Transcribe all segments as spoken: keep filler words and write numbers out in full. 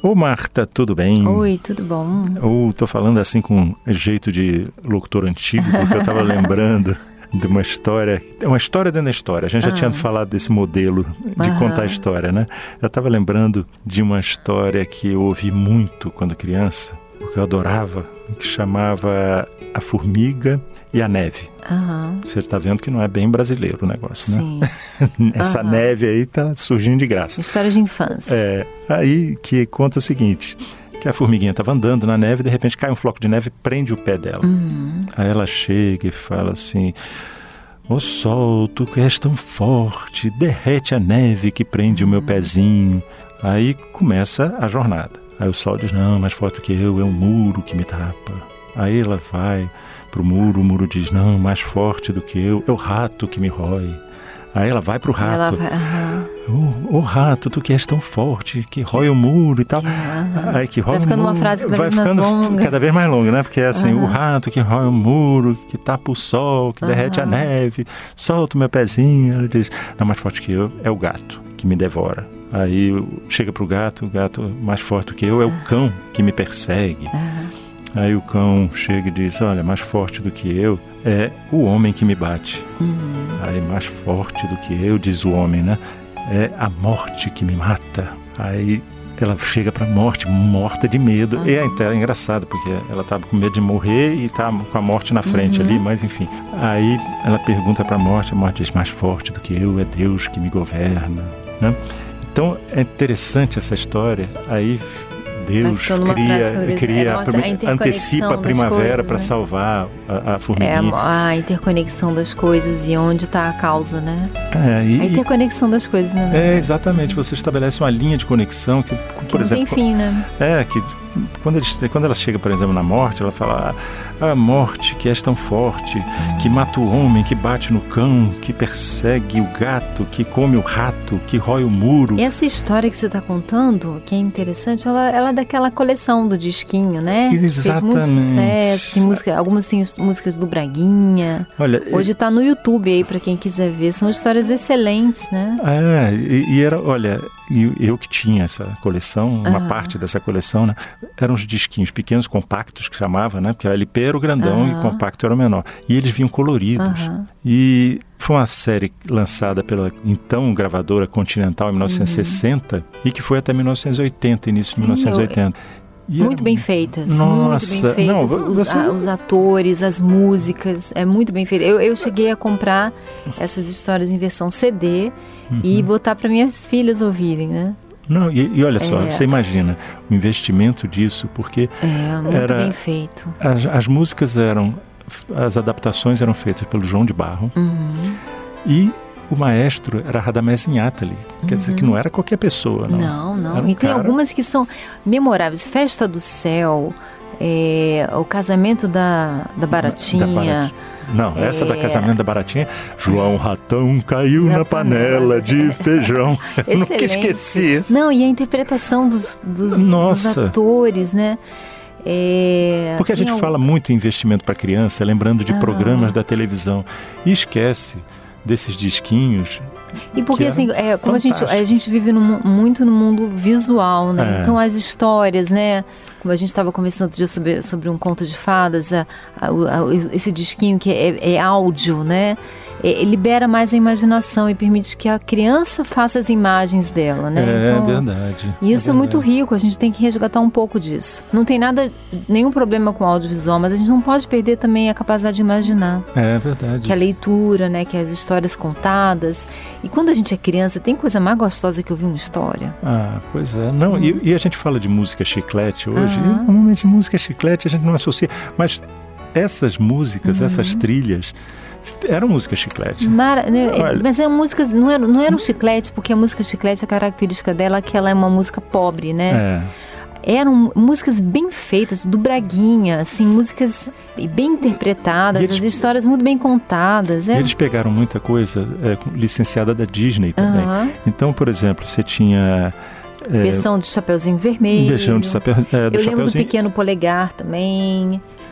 Ô Marta, tudo bem? Oi, tudo bom? Ou tô falando assim com jeito de locutor antigo, porque eu tava lembrando de uma história, uma história dentro da história. A gente já ah. tinha falado desse modelo de Aham. contar a história, né? Eu tava lembrando de uma história que eu ouvi muito quando criança, porque eu adorava, que chamava A Formiga e a Neve. Aham. Você está vendo que não é bem brasileiro o negócio, Sim. né? Essa Aham. neve aí tá surgindo de graça. História de infância. É, aí que conta o seguinte, que a formiguinha estava andando na neve e de repente cai um floco de neve e prende o pé dela. Uhum. Aí ela chega e fala assim: ô sol, tu que és tão forte, derrete a neve que prende uhum. o meu pezinho. Aí começa a jornada. Aí o sol diz: não, mais forte que eu, é um muro que me tapa. Aí ela vai pro muro, o muro diz: não, mais forte do que eu, é o rato que me rói. Aí ela vai pro rato. Ela vai, uhum. Ô, oh, oh, rato, tu que és tão forte, que rói o muro e tal. Uhum. Aí que rói vai ficando o muro, uma frase cada vai vez ficando mais longa. cada vez mais longa, né? Porque é assim, uhum. o rato que rói o muro, que tapa o sol, que uhum. derrete a neve, solta o meu pezinho. Ela diz: não, mais forte que eu é o gato que me devora. Aí chega pro gato, o gato mais forte do que eu é o cão que me persegue. Uhum. Aí o cão chega e diz: olha, mais forte do que eu é o homem que me bate. Uhum. Aí mais forte do que eu, diz o homem, né? É a morte que me mata. Aí ela chega pra morte, morta de medo. Uhum. E é, é engraçado, porque ela tava com medo de morrer e tá com a morte na frente uhum. ali, mas enfim. Aí ela pergunta pra morte, a morte diz: mais forte do que eu é Deus que me governa, né? Então é interessante essa história. Aí Deus cria, cria é, mostra, a antecipa a primavera para né? salvar a, a formiguinha. É a, a interconexão das coisas e onde está a causa, né? É, e, a interconexão das coisas, né? É, exatamente. Você estabelece uma linha de conexão que, que por não exemplo... tem fim, né? É, que quando, eles, quando ela chega, por exemplo, na morte, ela fala: ah, a morte que és tão forte, que mata o homem, que bate no cão, que persegue o gato, que come o rato, que rói o muro. Essa história que você está contando, que é interessante, ela, ela é daquela coleção do disquinho, né? Exatamente. Fez muito sucesso, tem música, algumas tem músicas do Braguinha. Olha, hoje está no YouTube aí para quem quiser ver, são histórias excelentes, né? É, e, e era, olha, eu que tinha essa coleção, uma uhum. parte dessa coleção, né? Eram os disquinhos pequenos, compactos, que chamava, né? Porque a L P era o grandão uhum. e o compacto era o menor. E eles vinham coloridos. Uhum. E foi uma série lançada pela então gravadora Continental em mil novecentos e sessenta uhum. e que foi até mil novecentos e oitenta, início Sim, de mil novecentos e oitenta. E muito era... bem feitas, Nossa, muito bem feitas, não, os, você... a, os atores, as músicas, é muito bem feito. Eu, eu cheguei a comprar essas histórias em versão C D uhum. e botar para minhas filhas ouvirem, né? Não, e, e olha só, é. você imagina o investimento disso, porque é muito era, bem feito. As, as músicas eram, as adaptações eram feitas pelo João de Barro uhum. e o maestro era Radamés Inhatali, quer uhum. dizer que não era qualquer pessoa, não. Não, não. Um e tem cara... algumas que são memoráveis. Festa do Céu, é, o casamento da, da Baratinha. Da Barat... Não, é... essa da casamento da Baratinha, João Ratão caiu na, na panela, panela de feijão. Eu nunca esqueci isso. Não, e a interpretação dos, dos, dos atores, né? É... Porque a gente algum... fala muito em investimento para criança, lembrando de ah. programas da televisão, e esquece desses disquinhos. E porque assim, é, como a gente, a gente vive no, muito no mundo visual, né? É. Então as histórias, né? Como a gente estava conversando outro dia sobre, sobre um conto de fadas, a, a, a, esse disquinho que é, é áudio, né? É, libera mais a imaginação e permite que a criança faça as imagens dela, né? É, então, é verdade. E isso é, é muito rico, a gente tem que resgatar um pouco disso. Não tem nada, nenhum problema com o audiovisual, mas a gente não pode perder também a capacidade de imaginar. É verdade. Que a leitura, né? Que as histórias contadas. E quando a gente é criança, tem coisa mais gostosa que ouvir uma história. Ah, pois é. Não, hum. e, e a gente fala de música chiclete hoje. Uhum. E, normalmente música chiclete a gente não associa. Mas essas músicas, uhum. essas trilhas, eram música chiclete. Mara, mas eram músicas, não eram, não eram chiclete, porque a música chiclete, a característica dela é que ela é uma música pobre, né? É. Eram músicas bem feitas, do Braguinha, assim, músicas bem interpretadas, eles, as histórias muito bem contadas. É. Eles pegaram muita coisa é, licenciada da Disney também. Uhum. Então, por exemplo, você tinha... É, versão de Chapeuzinho Vermelho. Versão de chapéu, é, do Eu lembro Chapeuzinho... do Pequeno Polegar também.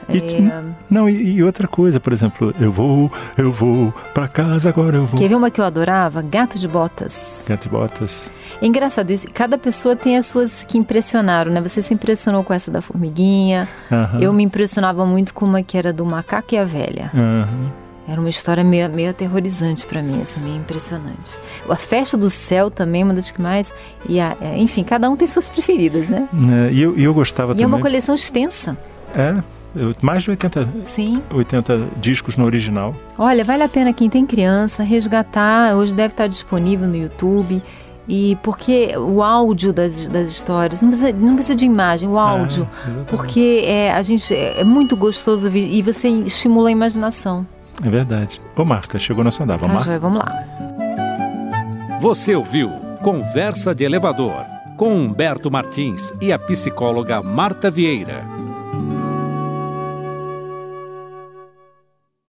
E, é... Não, e, e outra coisa, por exemplo, eu vou, eu vou pra casa, agora eu vou. Quer ver uma que eu adorava? Gato de Botas. Gato de Botas. É engraçado isso, cada pessoa tem as suas que impressionaram, né? Você se impressionou com essa da formiguinha, uhum. Eu me impressionava muito com uma que era do macaco e a velha. Uhum. Era uma história meio, meio aterrorizante pra mim, assim, meio impressionante. A Festa do Céu também, uma das que mais... E a, enfim, cada um tem suas preferidas, né? É, e eu, eu gostava e também... E é uma coleção extensa. É, mais de oitenta, Sim. oitenta discos no original. Olha, vale a pena quem tem criança resgatar, hoje deve estar disponível no YouTube... E porque o áudio das, das histórias, não precisa, não precisa de imagem, o áudio, é, porque é, a gente, é muito gostoso ouvir, e você estimula a imaginação. É verdade. Ô Marta, chegou nossa andar, vamos tá, lá? Joia, vamos lá. Você ouviu Conversa de Elevador, com Humberto Martins e a psicóloga Marta Vieira.